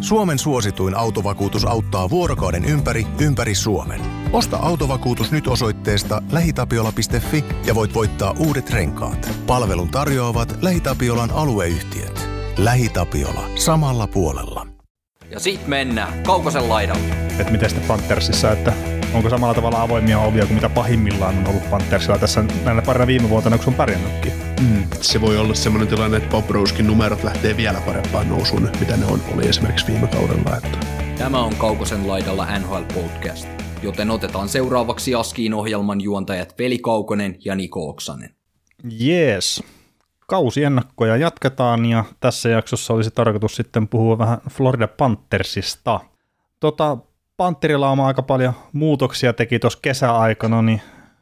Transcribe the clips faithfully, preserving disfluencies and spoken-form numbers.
Suomen suosituin autovakuutus auttaa vuorokauden ympäri, ympäri Suomen. Osta autovakuutus nyt osoitteesta lähitapiola piste fi ja voit voittaa uudet renkaat. Palvelun tarjoavat LähiTapiolan alueyhtiöt. LähiTapiola. Samalla puolella. Ja sit mennään Kaukosen laidalle. Et miten sitten Panthersissa, että onko samalla tavalla avoimia ovia kuin mitä pahimmillaan on ollut Panthersilla tässä näinä parina viime vuotena, kun se on pärjännytkin? Mm, se voi olla semmoinen tilanne, että Bob Roskin numerot lähtee vielä parempaan nousuun, mitä ne on, oli esimerkiksi viime kaudella. Että. Tämä on Kaukosen laidalla N H L Podcast, joten otetaan seuraavaksi Askiin ohjelman juontajat Veli Kaukonen ja Niko Oksanen. Jees. Kausiennakkoja jatketaan ja tässä jaksossa olisi tarkoitus sitten puhua vähän Florida Panthersista. Tota, Pantherilla on aika paljon muutoksia teki tuossa kesäaikana, niin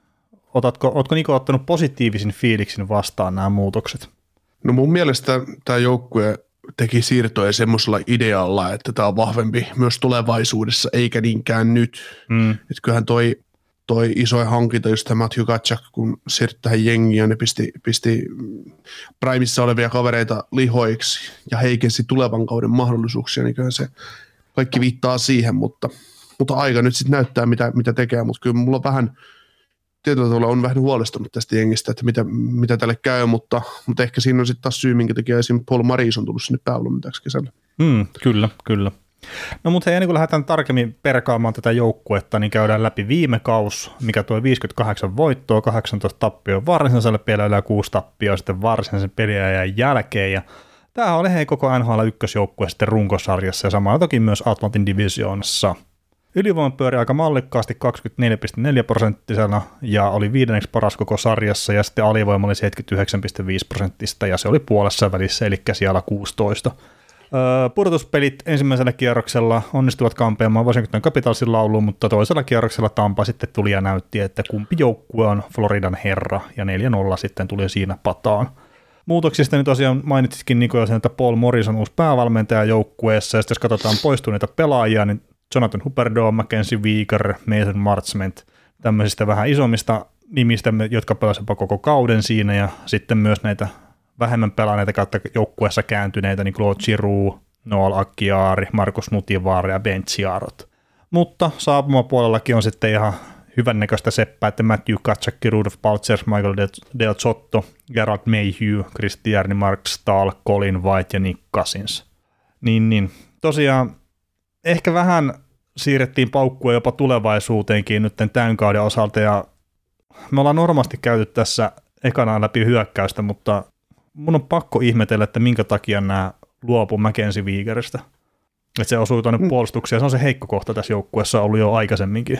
otatko, ootko Niko ottanut positiivisin fiiliksin vastaan nämä muutokset? No mun mielestä tämä joukkue teki siirtoja semmoisella idealla, että tämä on vahvempi myös tulevaisuudessa, eikä niinkään nyt. Mm. Että kyllähän toi, toi isoin hankinta, just tämä Matthew Tkachuk, kun siirtyi tähän jengiin ja ne pisti, pisti primissa olevia kavereita lihoiksi ja heikensi tulevan kauden mahdollisuuksia, niin kyllähän se kaikki viittaa siihen, mutta, mutta aika nyt sitten näyttää, mitä, mitä tekee, mutta kyllä mulla on vähän, tietyllä tavalla on vähän huolestunut tästä jengistä, että mitä, mitä tälle käy, mutta, mutta ehkä siinä on sitten taas syy, minkä takia esimerkiksi Paul Maurice on tullut sinne päävalmentajaksi kesällä. Mm, kyllä, kyllä. No mutta hei, ennen kuin lähdetään tarkemmin perkaamaan tätä joukkuetta, niin käydään läpi viime kaus, mikä tuo viisikymmentäkahdeksan voittoa, kahdeksantoista tappioa varsinaiselle pelillä ja kuusi tappioa sitten varsinaisen peliajan jälkeen, ja tämä oli hei koko N H L ykkösjoukkue sitten runkosarjassa ja samalla toki myös Atlantin divisioonassa. Ylivoima pyöri aika mallikkaasti kaksikymmentäneljä pilkku neljä prosenttisena ja oli viidenneksi paras koko sarjassa ja sitten alivoima oli seitsemänkymmentäyhdeksän pilkku viisi prosenttista ja se oli puolessa välissä eli siellä kuusitoista. Öö, pudotuspelit ensimmäisellä kierroksella onnistuivat kampeamaan Washington Capitalsin lauluun, mutta toisella kierroksella Tampa sitten tuli ja näytti, että kumpi joukkue on Floridan herra ja neljä nolla sitten tuli siinä pataan. Muutoksista nyt tosiaan mainitsitkin Niko jo sen, että Paul Maurice on uusi päävalmentaja joukkueessa, ja sitten jos katsotaan poistuneita pelaajia, niin Jonathan Huberdeau, Mackenzie Weegar, Mason Marchment, tämmöisistä vähän isommista nimistä, jotka pelasivat jopa koko kauden siinä, ja sitten myös näitä vähemmän pelaaneita kautta joukkueessa kääntyneitä, niin Claude Giroux, Noel Acciari, Markus Nutivaara ja Ben Chiarot. Mutta saapumapuolellakin on sitten ihan hyvännäköistä seppää, että Matthew Tkachuk, Rudolph Balcers, Michael Del Zotto, Gerald Mayhew, Chris Tierney, Mark Stahl, Colin White ja Nick Cousins. Niin, niin. Tosiaan ehkä vähän siirrettiin paukkua jopa tulevaisuuteenkin nyt tämän kauden osalta, ja me ollaan normaalisti käyty tässä ekana läpi hyökkäystä, mutta mun on pakko ihmetellä, että minkä takia nämä luopu Mackenzie Weegarista. Että se osui tuonne mm. puolustukseen, se on se heikko kohta tässä joukkueessa ollut jo aikaisemminkin.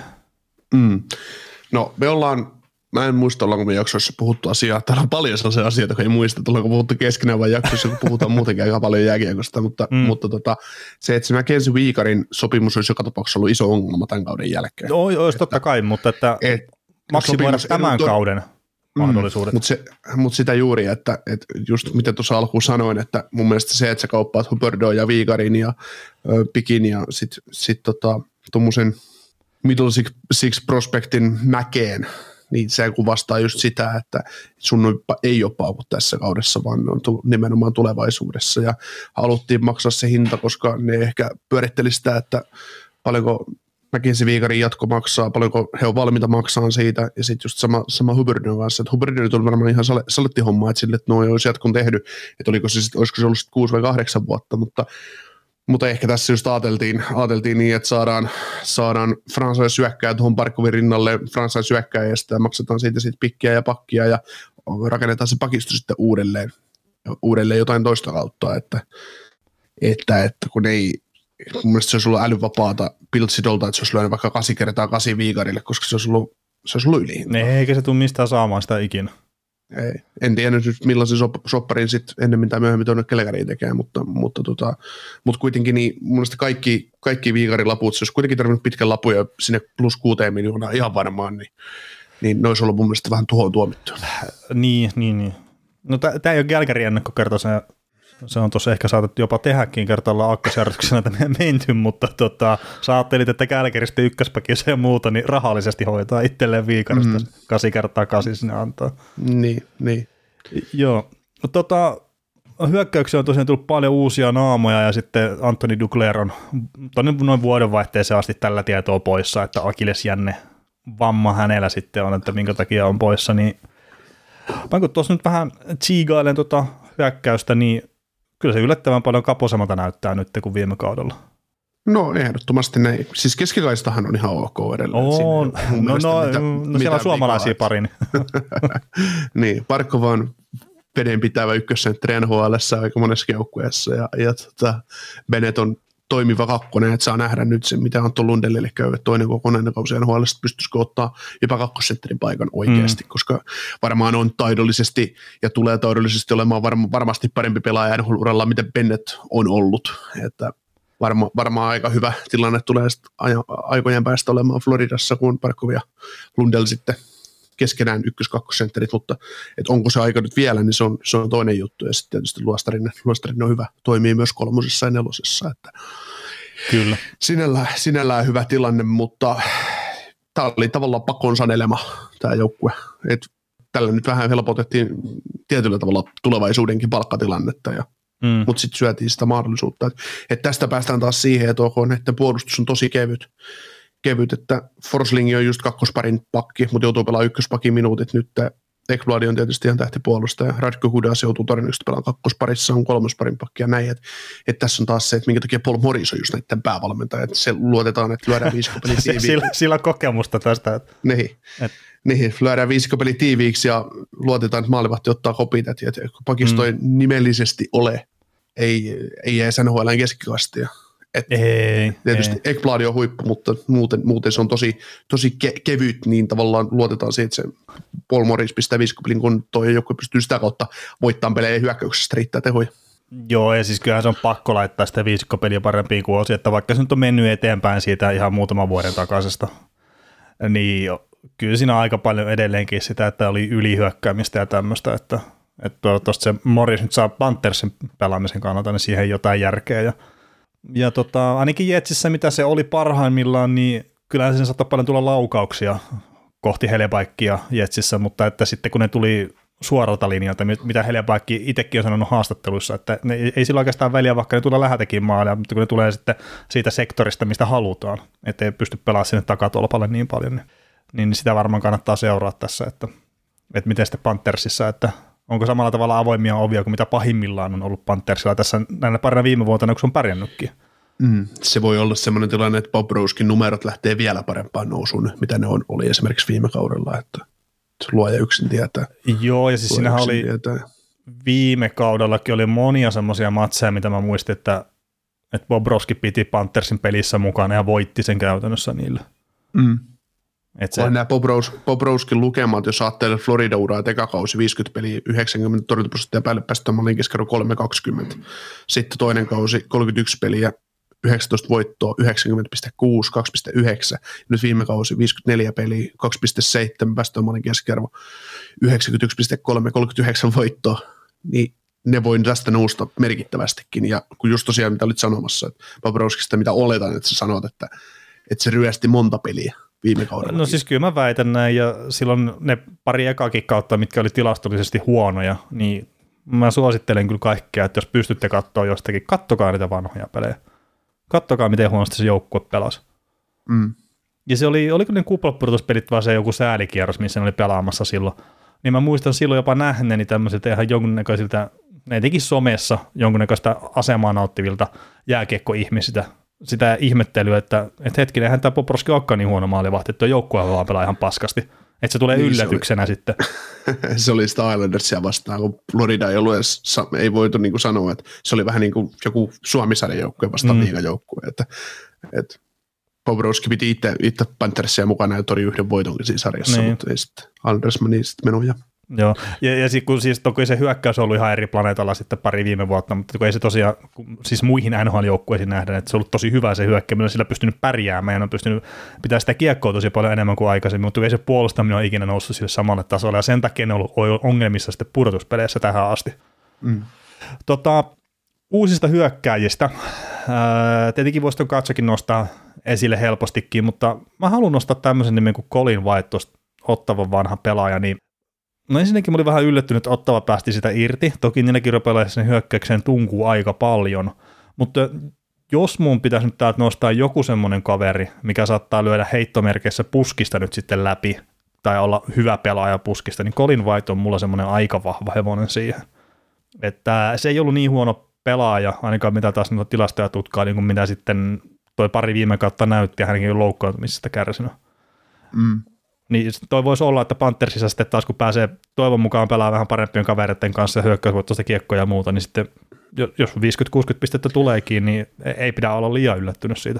Mm. No me ollaan, mä en muista ollaanko me jaksoissa puhuttu asiaa, täällä on paljon sellaisia asioita, kun ei muista, että ollaanko puhuttu keskenään vai jaksoissa, kun puhutaan muutenkin aika paljon jääkiekosta, mutta, mm. mutta tota, se, että se Mackenzie Weegarin sopimus olisi joka tapauksessa ollut iso ongelma tämän kauden jälkeen. No olisi totta kai, mutta että et, maksimoida tämän to- kauden mahdollisuudet. Mm, mutta, se, mutta sitä juuri, että, että just mitä tuossa alkuun sanoin, että mun mielestä se, että sä kauppaat Huberdeau ja Weegarin ja ö, Pikin ja sitten sit tota, tuommoisen middle six, six prospectin Mäkeen, niin se kuvastaa just sitä, että sun ei ole paukut tässä kaudessa, vaan ne on nimenomaan tulevaisuudessa, ja haluttiin maksaa se hinta, koska ne ehkä pyöritteli sitä, että paljonko Mackenzie Weegarin jatko maksaa, paljonko he on valmiita maksaa siitä, ja sitten just sama, sama Huberdeaun kanssa, että Huberdeaun tuli varmaan ihan salettihommaa, että sille, että no olisi jatkon tehnyt, että oliko se sit, olisiko se ollut kuusi vai kahdeksan vuotta, mutta Mutta ehkä tässä just ajateltiin, ajateltiin niin, että saadaan, saadaan franchise-syökkääjä tuohon Barkovin rinnalle franchise-syökkääjä ja sitten maksetaan siitä sit pikkiä ja pakkia ja rakennetaan se pakisto sitten uudelleen, uudelleen jotain toista kautta, että, että, että kun ei, mun mielestä se olisi ollut älyvapaata Piltsidolta, että se olisi lyönyt vaikka kahdeksan kertaa kahdeksan Weegarille, koska se olisi ollut, se olisi ollut ylihintaa. Eikä se tule mistään saamaan sitä ikinä. Ei. En tiedä nyt millaisen sopparin sitten ennemmin tai myöhemmin tuonne Kelgariin tekee, mutta, mutta, tota, mutta kuitenkin niin mun mielestä kaikki, kaikki Weegarin laput, se olisi kuitenkin tarvinnut pitkän lapuja sinne plus kuuteen miljoonaa ihan varmaan, niin, niin ne olisi ollut mun mielestä vähän tuhoon tuomittu. Niin, niin, niin. No tämä ei ole Calgaryn ennakkokerta, se, se on tuossa ehkä saatettu jopa tehdäkin kertaallaan akkasjärjestyksessä näitä menty, mutta tota, sä ajattelit, että Calgarysta ykköspäkissä ja muuta, niin rahallisesti hoitaa itselleen Weegarista mm. kasi kertaa kasi sinne antaa. Niin, niin. Joo, no tota, hyökkäyksiä on tosiaan tullut paljon uusia naamoja ja sitten Anthony Duclair on tonne noin vuodenvaihteeseen asti tällä tietoa poissa, että akillesjänne vamma hänellä sitten on, että minkä takia on poissa, niin vaan kun tuossa nyt vähän tsiigailen tota hyökkäystä, niin kyllä se yllättävän paljon kaposemmalta näyttää nyt kuin viime kaudella. No ehdottomasti näin. Siis keskikaistahan on ihan ok edelleen. On. No, no, mitä, no siellä on suomalaisia parin. Niin, Barkov on vedenpitävä ykkössentteri N H L:ssä aika monessa joukkueessa ja, ja tota, Bennett on toimiva kakkonen, että saa nähdä nyt se, mitä Anton Lundellille käy, että toinen kokonainen kausi N H L:stä pystyisikö ottaa jopa kakkosentterin paikan oikeasti, mm. koska varmaan on taidollisesti ja tulee taidollisesti olemaan varma, varmasti parempi pelaaja N H L-uralla, mitä Bennett on ollut, että Varma, varmaan aika hyvä tilanne tulee aikojen päästä olemaan Floridassa, kun Barkov ja Lundell sitten keskenään ykkös-kakkosentterit, mutta että onko se aika nyt vielä, niin se on, se on toinen juttu. Ja sitten tietysti Luostarinen, Luostarinen on hyvä, toimii myös kolmosessa ja nelosessa. Että kyllä. Sinällään, sinällään hyvä tilanne, mutta tämä oli tavallaan pakon sanelema tämä joukkue. Että tällä nyt vähän helpotettiin tietyllä tavalla tulevaisuudenkin palkkatilannetta ja Mm. mutta sitten syötiin sitä mahdollisuutta. Et, et tästä päästään taas siihen, että OK, että puolustus on tosi kevyt, kevyt että Forsling on just kakkosparin pakki, mutta joutuu pelaamaan ykköspakin minuutit nyt. Ekblad on tietysti ihan tähtipuolustaja. Radko Hudas joutuu todennäköisesti pelaamaan kakkosparissa, on kolmosparin pakki ja näin. Että et tässä on taas se, että minkä takia Paul Morris on just näiden päävalmentaja. Että se luotetaan, että lyödään viisikopeli tiiviiksi. sillä, sillä on kokemusta tästä. Että niin. Et. Niin, lyödään viisikopeli tiiviiksi ja luotetaan, että maalivahti ottaa kopit. Että pakisto ei mm. nimellisesti ole. Ei, ei S N H L:n keskikastia. Ei, tietysti ei. Ekblad on huippu, mutta muuten, muuten se on tosi, tosi ke- kevyt, niin tavallaan luotetaan siihen, että se Paul Morris pistää viisikopelin kuntoon ja joku pystyy sitä kautta voittamaan pelejä hyökkäyksessä, riittää tehoja. Joo, ja siis kyllähän se on pakko laittaa sitä viisikkopeliä parempiin kuin osi, että vaikka se nyt on mennyt eteenpäin siitä ihan muutaman vuoden takaisesta, niin kyllä siinä on aika paljon edelleenkin sitä, että oli ylihyökkäämistä ja tämmöistä, että että toivottavasti se Morris nyt saa Panthersin pelaamisen kannalta, niin siihen jotain järkeä. Ja, ja tota, ainakin Jetsissä, mitä se oli parhaimmillaan, niin kyllähän sen saattoi paljon tulla laukauksia kohti Helebaikkia Jetsissä, mutta että sitten kun ne tuli suoralta linjalta, mitä Helebaikki itsekin on sanonut haastatteluissa, että ne ei sillä oikeastaan väliä, vaikka ne tulee lähetekin maalia, mutta kun ne tulee sitten siitä sektorista, mistä halutaan, ettei pysty pelaamaan sinne takatolpalle niin paljon, niin, niin sitä varmaan kannattaa seuraa tässä, että, että miten sitten Panthersissa, että onko samalla tavalla avoimia ovia kuin mitä pahimmillaan on ollut Panthersilla tässä näinä parina viime vuotena, kun se on pärjännytkin? Mm, se voi olla sellainen tilanne, että Bobrowskin numerot lähtee vielä parempaan nousuun, mitä ne on, oli esimerkiksi viime kaudella, että luoja yksin tietää. Joo, ja siis siinähän oli tietää. Viime kaudellakin oli monia semmoisia matseja, mitä mä muistin, että, että Bobrovski piti Panthersin pelissä mukana ja voitti sen käytännössä niillä. Mm. Et se... nämä Bobrowsk, Bobrovskin lukemat, jos ajattelee Florida-uraa tekakausi viisikymmentä peliä, yhdeksänkymmentä torjuntaprosenttia päälle päästä maalin keskero kolme kaksikymmentä. Sitten toinen kausi kolmekymmentäyksi peliä, yhdeksäntoista voittoa, yhdeksänkymmentä pilkku kuusi, kaksi pilkku yhdeksän. Nyt viime kausi viisikymmentäneljä peliä, kaksi pilkku seitsemän päästä maalin keskero, yhdeksänkymmentäyksi pilkku kolme, kolmekymmentäyhdeksän voittoa. Niin ne voi tästä nousta merkittävästikin. Ja kun just tosiaan mitä olit sanomassa, että Bobrovskista mitä oletan, että sä sanot, että, että se ryösti monta peliä viime kaudella. No siis kyllä mä väitän näin, ja silloin ne pari ekaakin kautta, mitkä oli tilastollisesti huonoja, niin mä suosittelen kyllä kaikkea, että jos pystytte katsoa jostakin, kattokaa niitä vanhoja pelejä. Kattokaa, miten huonosti se joukkue pelasi. Mm. Ja se oli, oliko ne kuplapudotuspelit vaan se joku säälikierros, missä ne oli pelaamassa silloin. Niin mä muistan silloin jopa nähneeni tämmöisiltä ihan jonkunnäköisiltä, ne etenkin somessa jonkunnäköistä asemaa nauttivilta jääkiekko-ihmisiltä, sitä ihmettelyä, että, että hetkinen, eihän tämä Bobrovski olekaan niin huono maalivahti, että tuo joukkue vaan pelaa ihan paskasti. Että se tulee niin yllätyksenä se sitten. Se oli sitä Islandersia vastaan, kun Florida ei ollut edes, ei voitu niin kuin sanoa, että se oli vähän niin kuin joku Suomi-sarjan joukkue vastaan mm. liigajoukkue. Että, että Bobrovski piti itse, itse Panthersia mukana ja tori yhden voitonkin siinä sarjassa, niin. Mutta ei sitten Islanders meni sitten menoja. Joo, ja, ja sit, kun siis toki se hyökkäys on ollut ihan eri planeetalla sitten pari viime vuotta, mutta kun ei se tosiaan, siis muihin N H L-joukkueisiin nähdään, että se on ollut tosi hyvä se hyökkääminen, sillä on pystynyt pärjäämään ja on pystynyt pitää sitä kiekkoa tosi paljon enemmän kuin aikaisemmin, mutta ei se puolustaminen ole ikinä noussut sille samalle tasolle, ja sen takia ne on ollut ongelmissa sitten pudotuspeleissä tähän asti. Mm. Tota, uusista hyökkääjistä, ää, tietenkin voisi tuon katsokin nostaa esille helpostikin, mutta mä haluan nostaa tämmöisen nimen kuin Colin White, tuosta Ottavan vanha pelaaja, niin No ensinnäkin mä olin vähän yllättynyt, että Ottava päästi sitä irti. Toki niilläkin rupelaisen hyökkäykseen tunkuu aika paljon. Mutta jos mun pitäisi nyt täältä nostaa joku semmoinen kaveri, mikä saattaa lyödä heittomerkeissä puskista nyt sitten läpi, tai olla hyvä pelaaja puskista, niin Colin White on mulla semmoinen aika vahva hevonen siihen. Että se ei ollut niin huono pelaaja, ainakaan mitä taas noita tilastoja tutkaa, niin kuin mitä sitten toi pari viime kautta näytti, ja hänkin on loukkaantumisesta kärsinyt. Mm. Niin toi voisi olla, että Panthersissa sitten taas kun pääsee toivon mukaan pelaa vähän parempien kavereiden kanssa ja hyökkäysvoittoista kiekkoja ja muuta, niin sitten jos viisikymmentä kuusikymmentä pistettä tuleekin, niin ei pidä olla liian yllättynyt siitä.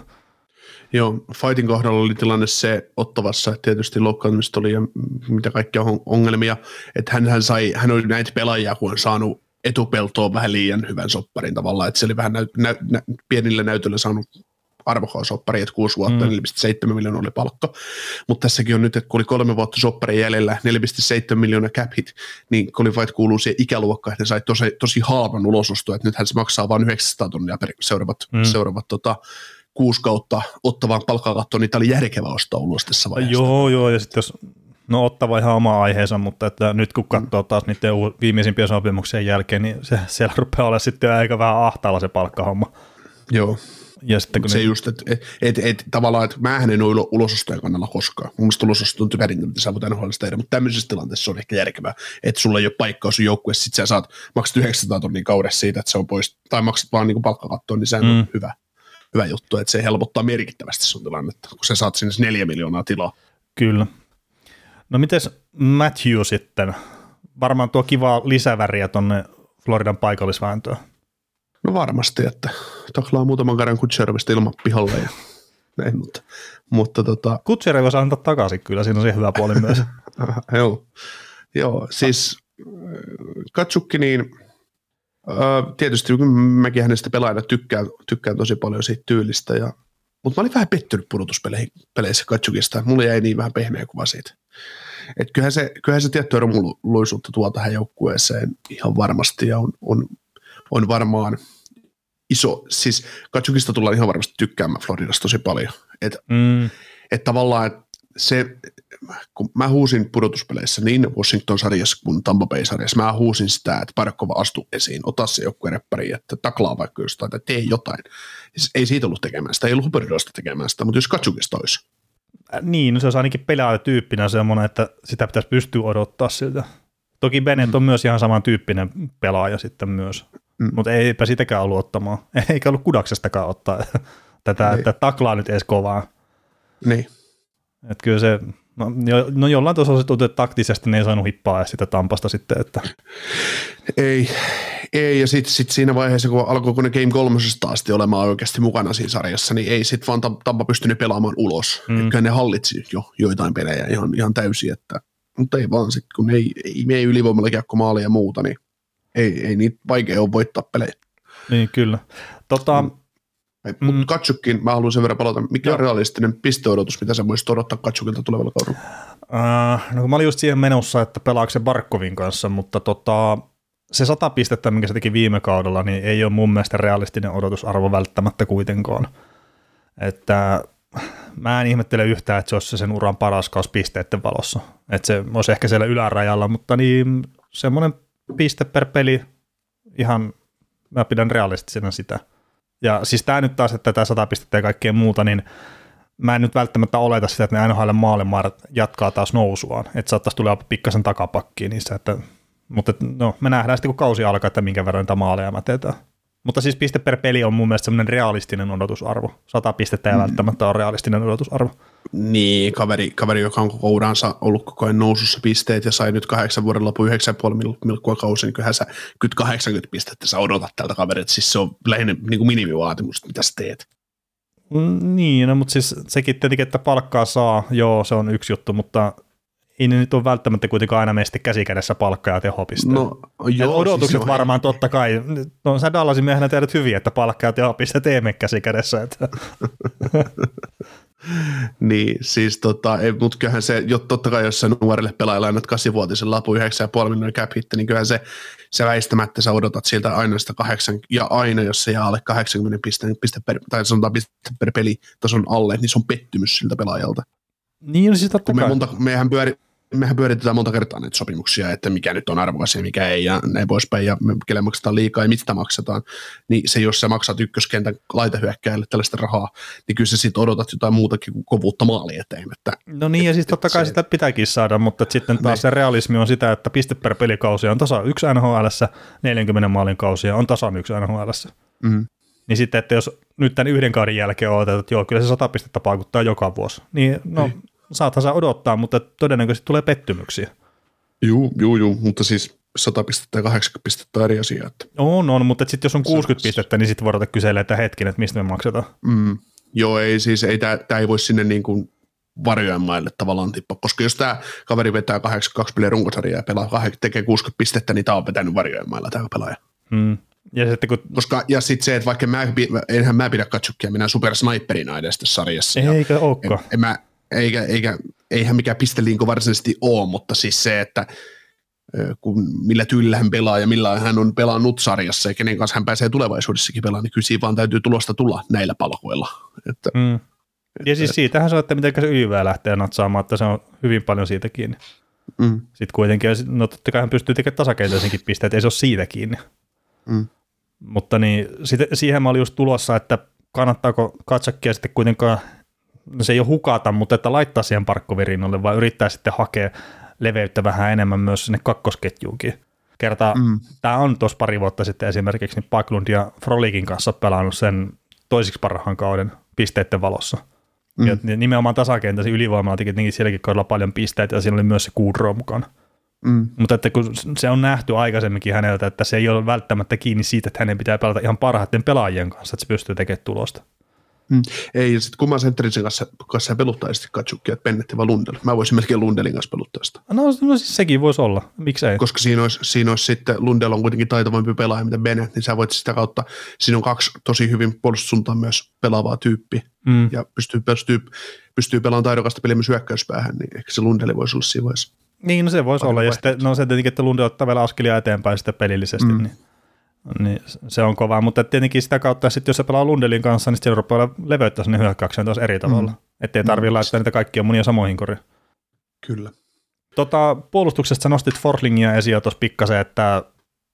Joo, Fightin kohdalla oli tilanne se Ottavassa, että tietysti loukkaantumista oli ja mitä kaikkia ongelmia, että hän, hän, sai, hän oli näitä pelaajia, kun on saanut etupeltoon vähän liian hyvän sopparin tavallaan, että se oli vähän näyt, nä, nä, pienillä näytöllä saanut arvokaa soppari, että kuusi vuotta, mm. neljä pilkku seitsemän miljoonaa oli palkka, mutta tässäkin on nyt, että kun oli kolme vuotta sopparin jäljellä, neljä pilkku seitsemän miljoonaa cap hit, niin Colin White kuuluu siihen ikäluokkaan, että ne sai tosi, tosi halvan ulososton, että nythän se maksaa vain yhdeksänsataa tonnia per seuraavat, mm. seuraavat tota, kuusi kautta Ottavaan palkkakattoon, niin tämä oli järkevä ostaa ulos tässä vaiheessa. Joo, joo, ja sitten jos, no Ottava ihan oma aiheensa, mutta että nyt kun katsoo taas niiden viimeisimpien sopimuksien jälkeen, niin se, siellä rupeaa olla sitten aika vähän ahtaalla se palkkahomma. Joo. Ja sitten, se ne... just, että et, et, et, tavallaan, että mähän en ole ulosostojen kannalla koskaan. Mun mielestä ulososto on typerintä, mitä sä voit N H L:stä tehdä, mutta tämmöisessä tilanteessa se on ehkä järkevää, että sulla ei ole paikkaa sun joukkueessa, sit sä saat, maksat yhdeksänsataa tonnia kaudessa siitä, että se on pois, tai maksat vaan niin palkkakattoon, niin sehän mm. on hyvä, hyvä juttu, että se helpottaa merkittävästi sun tilannetta, kun sä saat sinne neljä miljoonaa tilaa. Kyllä. No mites Matthew sitten? Varmaan tuo kivaa lisäväriä tonne Floridan paikallisvääntöön. No varmasti, että taklaa muutaman kerran Kutserovista ilman pihalle ja näin, mutta, mutta tota... Kutserov voisi antaa takaisin kyllä, siinä on se hyvä puoli myös. Joo, joo, siis Katsukki, niin tietysti mäkin hänestä pelaajana tykkään, tykkään tosi paljon siitä tyylistä, ja, mutta mä olin vähän pettynyt pudotuspeleissä Katsukista, mulla jäi niin vähän pehmeä kuva siitä. Että kyllähän se, kyllähän se tiettyä romuluisuutta tuo tähän joukkueeseen ihan varmasti, ja on, on on varmaan iso, siis Katsukista tullaan ihan varmasti tykkäämään Floridasta tosi paljon. Että mm. et tavallaan et se, kun mä huusin pudotuspeleissä niin Washington-sarjassa kuin Tampa Bay-sarjassa, mä huusin sitä, että Parkkova astu esiin, ota se joukkueen reppari, että taklaa vaikka jostain tai tee jotain. Siis ei siitä ollut tekemään sitä, ei ollut Huberdosta tekemään sitä, mutta jos Katsukista olisi. Niin, no se olisi ainakin pelaajatyyppinä semmoinen, että sitä pitäisi pystyä odottaa siltä. Toki Bennett on mm. myös ihan samantyyppinen pelaaja sitten myös. Mm. Mutta eipä sitäkään ollut ottamaan. Eikä ollut Kudaksestakaan ottaa tätä, että taklaa nyt edes kovaa. Niin. Että kyllä se, no, jo, no jollain tasolla se tuntui, että taktisesti ne ei saanut hippaa edes sitä Tampasta sitten. Että. Ei, ei, ja sitten sit siinä vaiheessa, kun alkoi kun ne Game kolmosesta asti olemaan oikeasti mukana siinä sarjassa, niin ei sitten vaan Tampa pystynyt pelaamaan ulos. Mm. Kyllä ne hallitsi jo joitain pelejä ihan, ihan täysin, että, mutta ei vaan sitten, kun ei, ei, ei ylivoimalla kiekko maalia ja muuta, niin Ei, ei niitä vaikea ole voittaa pelejä. Niin, kyllä. Tota, mm. Mutta mm. Katsukkin, mä haluan sen verran palata. Mikä jo. on realistinen pisteodotus, mitä sä voisit odottaa Katsukilta tulevalla kaudella? Uh, no mä olin just siihen menossa, että pelaako se Barkovin kanssa, mutta tota, se sata pistettä, minkä se teki viime kaudella, niin ei ole mun mielestä realistinen odotusarvo välttämättä kuitenkaan. Että mä en ihmettele yhtään, että se olisi sen uran paras kaus pisteiden valossa. Että se olisi ehkä siellä ylärajalla, mutta niin semmoinen piste per peli, ihan mä pidän realistisena sitä. Ja siis tämä nyt taas, että tätä sata pistettä ja kaikkea muuta, niin mä en nyt välttämättä oleta sitä, että ne N H L maailmanmaarat jatkaa taas nousuaan, että saattaisi tulla pikkasen takapakkiin niissä, että, mutta no, me nähdään sitten kun kausi alkaa, että minkä verran niitä maaleja mä teetään. Mutta siis piste per peli on mun mielestä semmoinen realistinen odotusarvo. Sata pistettä ei mm. välttämättä ole realistinen odotusarvo. Niin, kaveri, kaveri, joka on koko uransa ollut koko ajan nousussa pisteet ja sai nyt kahdeksan vuoden lopun yhdeksän pilkku viisi milkkua kausi, niin kyllähän sä kyllä kahdeksankymmentä pistettä sä odotat tältä kaverilta. Siis se on lähinnä niin kuin minimivaatimus, mitä sä teet. Mm, niin, no, mutta siis sekin tietenkin, että palkkaa saa, joo, se on yksi juttu, mutta ei ne nyt ole välttämättä kuitenkaan aina mene sitten käsikädessä palkkaa ja tehopisteet. No, joo, odotukset siis varmaan joo. Totta kai. No sä Dallasin miehenä tiedät hyvin, että palkkaa ja tehopisteet ei mene käsikädessä. Että. Niin, siis tota, mutta kyllähän se, jo, totta kai jos sä nuorille pelaajalle annat kahdeksanvuotisen lapun yhdeksän pilkku viisi miljoonaa cap hit, niin kyllähän se, se väistämättä sä odotat siltä aina sitä kahdeksan, ja aina jos se jää alle kahdeksankymmentä pisteen, piste per, tai sanotaan piste per peli tason alle, niin se on pettymys siltä pelaajalta. Niin, siis totta kai. Me monta, mehän pyöri, mehän pyöritetään monta kertaa näitä sopimuksia, että mikä nyt on arvokas ja mikä ei ja näin poispäin ja kelle maksetaan liikaa ja mistä maksetaan, niin se jos sä maksat ykköskentän laitahyökkääjälle tällaista rahaa, niin kyllä sä sit odotat jotain muutakin kuin kovuutta maali eteen. Että, no niin ja siis totta kai se, sitä pitääkin saada, mutta sitten taas ne. Se realismi on sitä, että piste per pelikausi on tasa yksi N H L:ssä, neljänkymmenen maalin kausia on tasan yksi N H L:ssä. Mm. Niin sitten, että jos nyt tämän yhden kauden jälkeen odotetaan, että joo, kyllä se sata pistettä paukuttaa joka vuosi, niin no ei. Saathan saa odottaa, mutta todennäköisesti tulee pettymyksiä. Juu, juu, juu, mutta siis sata pistettä ja kahdeksankymmentä pistettä on eri asia. Että on, on, mutta sitten jos on kuusikymmentä pistettä, niin sitten voidaan kysellä, että hetken, että mistä me maksetaan. Mm. Joo, ei siis, ei tämä ei voi sinne niin kuin varjojen maille tavallaan tippaa, koska jos tämä kaveri vetää kahdeksankymmentäkaksi peliä runkosarjaa ja pelaa, tekee kuusikymmentä pistettä, niin tämä on vetänyt varjojen mailla tämä pelaaja. Mm. Ja sitten kun koska ja sitten se, että vaikka mä, enhän mä pidä Katsukkia minä supersniperina edes tässä sarjassa. Eikä olekaan. En, en mä, eikä, eikä, eihän mikään pisteliinko varsinaisesti ole, mutta siis se, että kun millä tyylillä hän pelaa ja millä hän on pelannut sarjassa ja kenen kanssa hän pääsee tulevaisuudessakin pelaamaan, niin kyllä siinä vaan täytyy tulosta tulla näillä palkoilla. Että, mm. että, ja siis siitähän se on, että miten se ylivää lähtee natsaamaan, että se on hyvin paljon siitä kiinni. Mm. Sitten kuitenkin, no totta kai hän pystyy tekemään tasakeitoisenkin pisteet, ei se ole siitä kiinni. Mm. Mutta niin, sit, siihen mä olin just tulossa, että kannattaako Katsakkia sitten kuitenkaan, no se ei ole hukata, mutta että laittaa siihen parkkovirinnolle, vai yrittää sitten hakea leveyttä vähän enemmän myös sinne kakkosketjuunkin. Kertaa, mm. tämä on tuossa pari vuotta sitten esimerkiksi niin Backlund ja Frolikin kanssa pelannut sen toisiksi parhaan kauden pisteiden valossa. Mm. Ja nimenomaan tasakentäsi ylivoimalla teki sielläkin kaudella paljon pisteitä, ja siinä oli myös se Goodrow mukana. Mm. Mutta että kun se on nähty aikaisemminkin häneltä, että se ei ole välttämättä kiinni siitä, että hänen pitää pelata ihan parhaiten pelaajien kanssa, että se pystyy tekemään tulosta. Mm. Ei, sitten kun mä Sentterisen kanssa, kanssa peluttaa sitten Katsukkia, että Pennetti vai Lundell. Mä voisin melkein Lundelin kanssa peluttaa sitä. No, no siis sekin voisi olla, miksei? Koska siinä olisi, siinä olisi sitten, Lundell on kuitenkin taitavampi pelaaja, mitä Bennett, niin sä voit sitä kautta, siinä on kaksi tosi hyvin puolustussuuntaan myös pelaavaa tyyppiä, mm. ja pystyy, pystyy, pystyy pelaamaan taidokasta peliä myös hyökkäyspäähän, niin ehkä se Lundell voisi olla siinä vaiheessa. Niin, no se voisi olla, ja sitten, no se tietenkin, että Lundell ottaa vielä askelia eteenpäin sitä pelillisesti, mm. niin, niin se on kovaa, mutta tietenkin sitä kautta, sitten jos se pelaa Lundellin kanssa, niin sitten rupeaa leveyttää sinne hyökkäykseen taas eri tavalla, mm. ettei tarvitse mm. laittaa niitä kaikkia monia samoihin koriin. Kyllä. Tota, puolustuksesta sä nostit Forslingia esiin tuossa pikkasen, että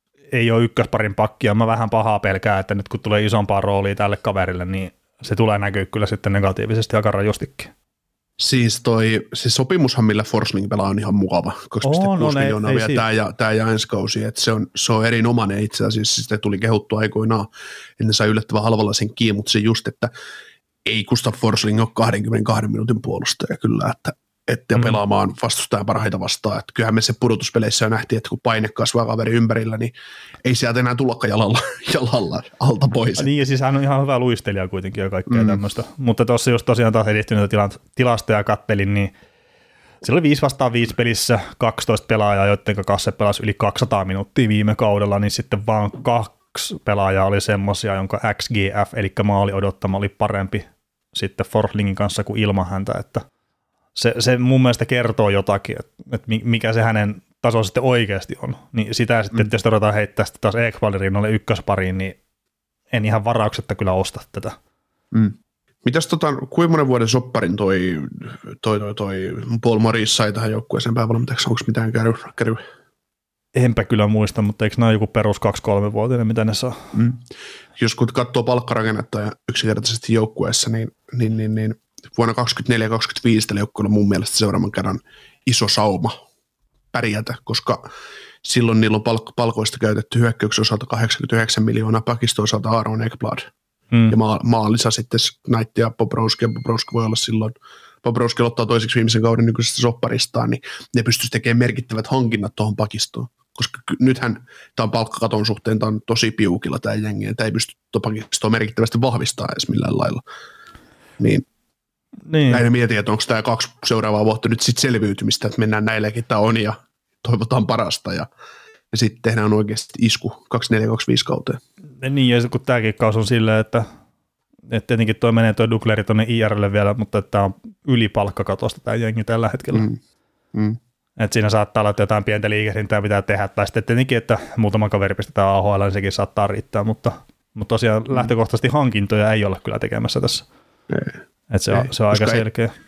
ei ole ykkösparin pakkia, mä vähän pahaa pelkää, että nyt kun tulee isompaa roolia tälle kaverille, niin se tulee näkyä kyllä sitten negatiivisesti aika rajustikin. Siis toi, se sopimushan, millä Forsling pelaa, on ihan mukava. kaksi pilkku kuusi miljoonaa vielä tämä ja, tämä ja ensi kausi. Että se, on, se on erinomainen itse asiassa. Sitä tuli kehuttua aikoinaan, ennen sai yllättävän halvalla sen kiinni, mutta se just, että ei Gustav Forsling ole kaksikymmentäkaksi minuutin puolustaja kyllä, että että mm. pelaamaan vastustajan parhaita vastaan. Että kyllähän me se pudotuspeleissä jo nähtiin, että kun paine kasvaa kaveri ympärillä, niin ei sieltä enää tullakaan jalalla, jalalla alta pois. Niin, ja siis hän on ihan hyvä luistelija kuitenkin ja kaikkea mm. tämmöistä. Mutta tuossa just tosiaan taas edistyneitä tilastoja kattelin, niin sillä oli viisi vastaan viisi pelissä, kaksitoista pelaajaa, joiden kanssa pelasi yli kaksisataa minuuttia viime kaudella, niin sitten vaan kaksi pelaajaa oli semmoisia, jonka X G F, eli maali odottama, oli parempi sitten Forslingin kanssa kuin ilman häntä, että Se, se mun mielestä kertoo jotakin, että, että mikä se hänen taso sitten oikeasti on. Niin sitä sitten, mm. että jos todetaan heittää sitten taas Ekvalin rinnalle ykköspariin, niin en ihan varauksetta kyllä osta tätä. Mm. Mitäs tota, kuinka monen vuoden sopparin toi, toi, toi, toi Paul Maurice sai tähän joukkueeseen päävalmentajaksi? Onko mitään käy, käy? Enpä kyllä muista, mutta eikö nämä joku perus kaksi kolme vuotinen, mitä ne saa? Mm. Jos kun katsoo palkkarakennetta ja yksinkertaisesti joukkueessa, niin, niin, niin, niin vuonna kaksikymmentäneljä kaksikymmentäviisi tällä joukkueella mun mielestä seuraavan kerran iso sauma pärjätä, koska silloin niillä on palk- palkoista käytetty hyökkäyksen osalta kahdeksankymmentäyhdeksän miljoonaa, pakiston osalta Aaron Ekblad. Hmm. Ja maa, maalissa sitten Knight ja Bobrovski, ja Bobrovski voi olla silloin, Bobrovski ottaa toiseksi viimeisen kauden nykyisestä sopparistaan, niin ne pystyisi tekemään merkittävät hankinnat tuohon pakistoon. Koska nythän tämä on palkkakaton suhteen, tämä on tosi piukilla tämä jengi, ja tämä ei pysty tuota pakistoa merkittävästi vahvistamaan edes millään lailla. Niin, niin. Näin mietin, että onko tämä kaksi seuraavaa vuotta nyt sitten selviytymistä, että mennään näilläkin tämä on ja toivotaan parasta ja, ja sitten tehdään oikeasti isku kaksikymmentäneljä kaksikymmentäviisi kauteen. Niin, ja kun tämäkin kausi on silleen, että, että tietenkin tuo menee tuo Dugleri tuonne I R:lle vielä, mutta tämä on ylipalkkakatosta tämä jengi tällä hetkellä. Mm. Mm. Että siinä saattaa olla, että jotain pientä liikehdintää pitää tehdä, tai sitten tietenkin, että muutama kaveri pistetään A H L, niin sekin saattaa riittää, mutta, mutta tosiaan mm. lähtökohtaisesti hankintoja ei ole kyllä tekemässä tässä. Ei. Että se, on, se on aika selkeä.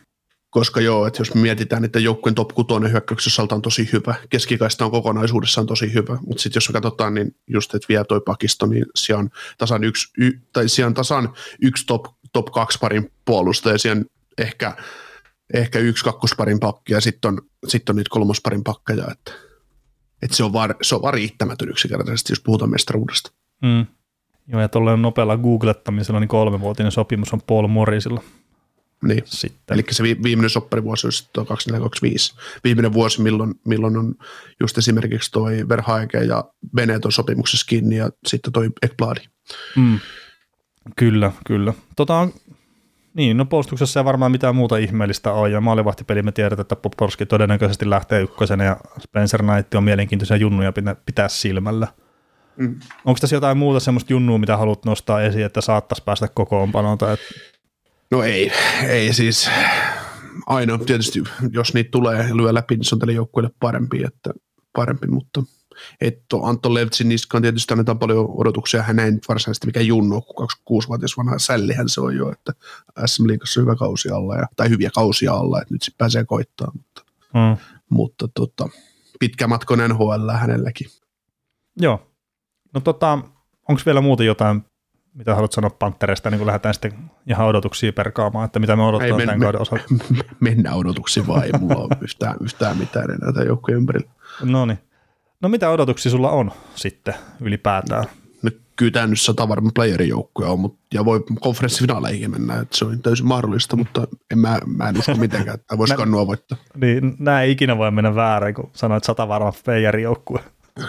Koska joo, että jos me mietitään, että joukkueen top kuusi hyökkäyksessä on tosi hyvä, keskikaista on kokonaisuudessaan tosi hyvä, mutta sitten jos me katsotaan, niin just, että vielä toi pakisto, niin siellä on tasan yksi, y, tai siellä on tasan yksi top, top kaksi parin puolusta, ja siellä on ehkä, ehkä yksi kakkosparin pakki, ja sitten on, sit on niitä kolmosparin pakkeja, että, että se on vaan, se on vaan riittämätön yksinkertaisesti, jos puhutaan mestaruudesta. Mm. Joo, ja tuollainen nopealla googlettamisella niin kolmevuotinen sopimus on Paul Morrisilla. Niin, sitten. Eli se viimeinen sopparivuosi on sitten kaksikymmentäneljä kaksikymmentäviisi. Viimeinen vuosi, milloin, milloin on just esimerkiksi toi Verhaeghe ja Beneton sopimuksessa kiinni ja sitten toi Ekbladi. Mm. Kyllä, kyllä. Tota, niin, no puolustuksessa ei varmaan mitään muuta ihmeellistä ole, ja maalivahtipeli me tiedetään, että Poporski todennäköisesti lähtee ykkösenä, ja Spencer Knight on mielenkiintoisia junnuja pitää silmällä. Mm. Onko tässä jotain muuta semmoista junnua, mitä haluat nostaa esiin, että saattaisi päästä kokoonpanoon? Tai että... No ei, ei siis. Aina tietysti, jos niitä tulee ja lyö läpi, niin se on tälle joukkueelle parempi, että parempi, mutta että Anton Levtsin niskaan tietysti annetaan paljon odotuksia. Hän ei nyt varsinaisesti mikään junnu ole, kun kaksikymmentäkuusivuotias vanha sällihän se on jo, että S M-liigassa hyvä kausi alla, ja, tai hyviä kausia alla, että nyt sitten pääsee koittamaan, mutta, mm. mutta tota, pitkä matka N H L hänelläkin. Joo. No tota, onko vielä muuta jotain, mitä haluat sanoa Pantherista, niin kun lähdetään sitten ihan odotuksia perkaamaan, että mitä me odotetaan men, tämän kauden osalta? Mennään odotuksiin vaan, ei mulla ole yhtään, yhtään mitään enää tämän joukkojen ympärillä. No niin. No mitä odotuksia sulla on sitten ylipäätään? No kyllä tämä nyt sata varma playerin joukkoja on, mutta, ja voi konferenssifinaaleihin mennä, että se on täysin mahdollista, mutta en, mä, mä en usko mitenkään, että voisi kannua voittaa. Niin, nämä ei ikinä voi mennä väärin, kun sanoit sata varma playerin joukkue.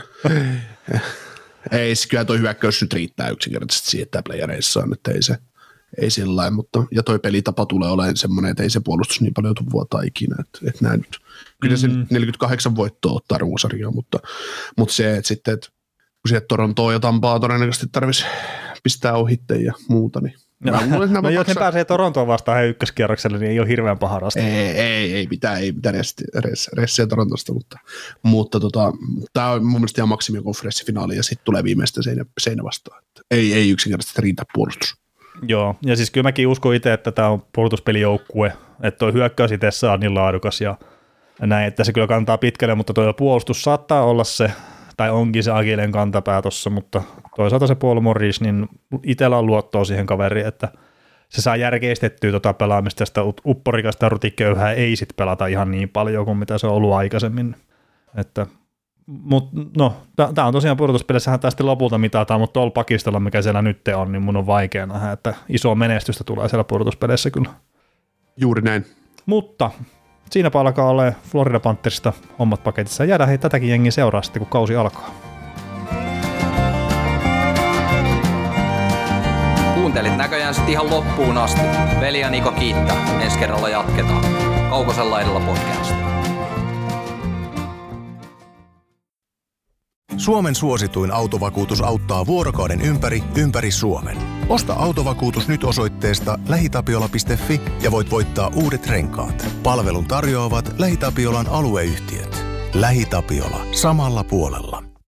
Ei, kyllä toi hyökkäys nyt riittää yksinkertaisesti siihen, että playereissa on, että ei se, ei sillä lailla, mutta ja toi pelitapa tulee olemaan semmoinen, että ei se puolustus niin paljon joutu vuotaa ikinä, että, että näin nyt, kyllä se mm. neljäkymmentäkahdeksan voittoa ottaa ruusarjaa, mutta, mutta se, että sitten, että kun sieltä Torontoa ja Tampaa todennäköisesti tarvitsisi pistää ohitte ja muuta, niin no, no jos ne pääsee Torontoon vastaan he ykköskierrokselle, niin ei ole hirveän paha rasta. Ei, ei, ei mitään, ei mitään ressiä Torontosta, mutta, mutta tota, tämä on mun mielestä ihan maksimia konferenssifinaali ja sitten tulee viimeistä seinä, seinä vastaan. Ei, ei yksinkertaisesti riitä puolustus. Joo, ja siis kyllä mäkin uskon itse, että tämä on puolustuspelijoukkue, että tuo hyökkäys itse on niin laadukas ja näin, että se kyllä kantaa pitkälle, mutta tuo puolustus saattaa olla se, tai onkin se Agilen kantapää tuossa, mutta toisaalta se Paul Morris, niin itsellä on luottoa siihen kaveriin, että se saa järkeistettyä tota pelaamista, sitä upporikasta rutikköyhää ei sit pelata ihan niin paljon kuin mitä se on ollut aikaisemmin. Että, mut, no, tämä on tosiaan pudotuspelissähän tästä lopulta mitataan, mutta tuolla pakistolla, mikä siellä nyt on, niin mun on vaikea nähdä, että isoa menestystä tulee siellä pudotuspeleissä kyllä. Juuri näin. Mutta siinäpä alkaa olla Florida Panthersista hommat paketissa. Jäädään hei tätäkin jengiä seuraa sitten, kun kausi alkaa. Kuuntelit näköjään sitten ihan loppuun asti. Veli ja Niko kiittää. Ensi kerralla jatketaan. Kaukosen laidalla podcast. Suomen suosituin autovakuutus auttaa vuorokauden ympäri, ympäri Suomen. Osta autovakuutus nyt osoitteesta lähitapiola piste fi ja voit voittaa uudet renkaat. Palvelun tarjoavat LähiTapiolan alueyhtiöt. LähiTapiola. Samalla puolella.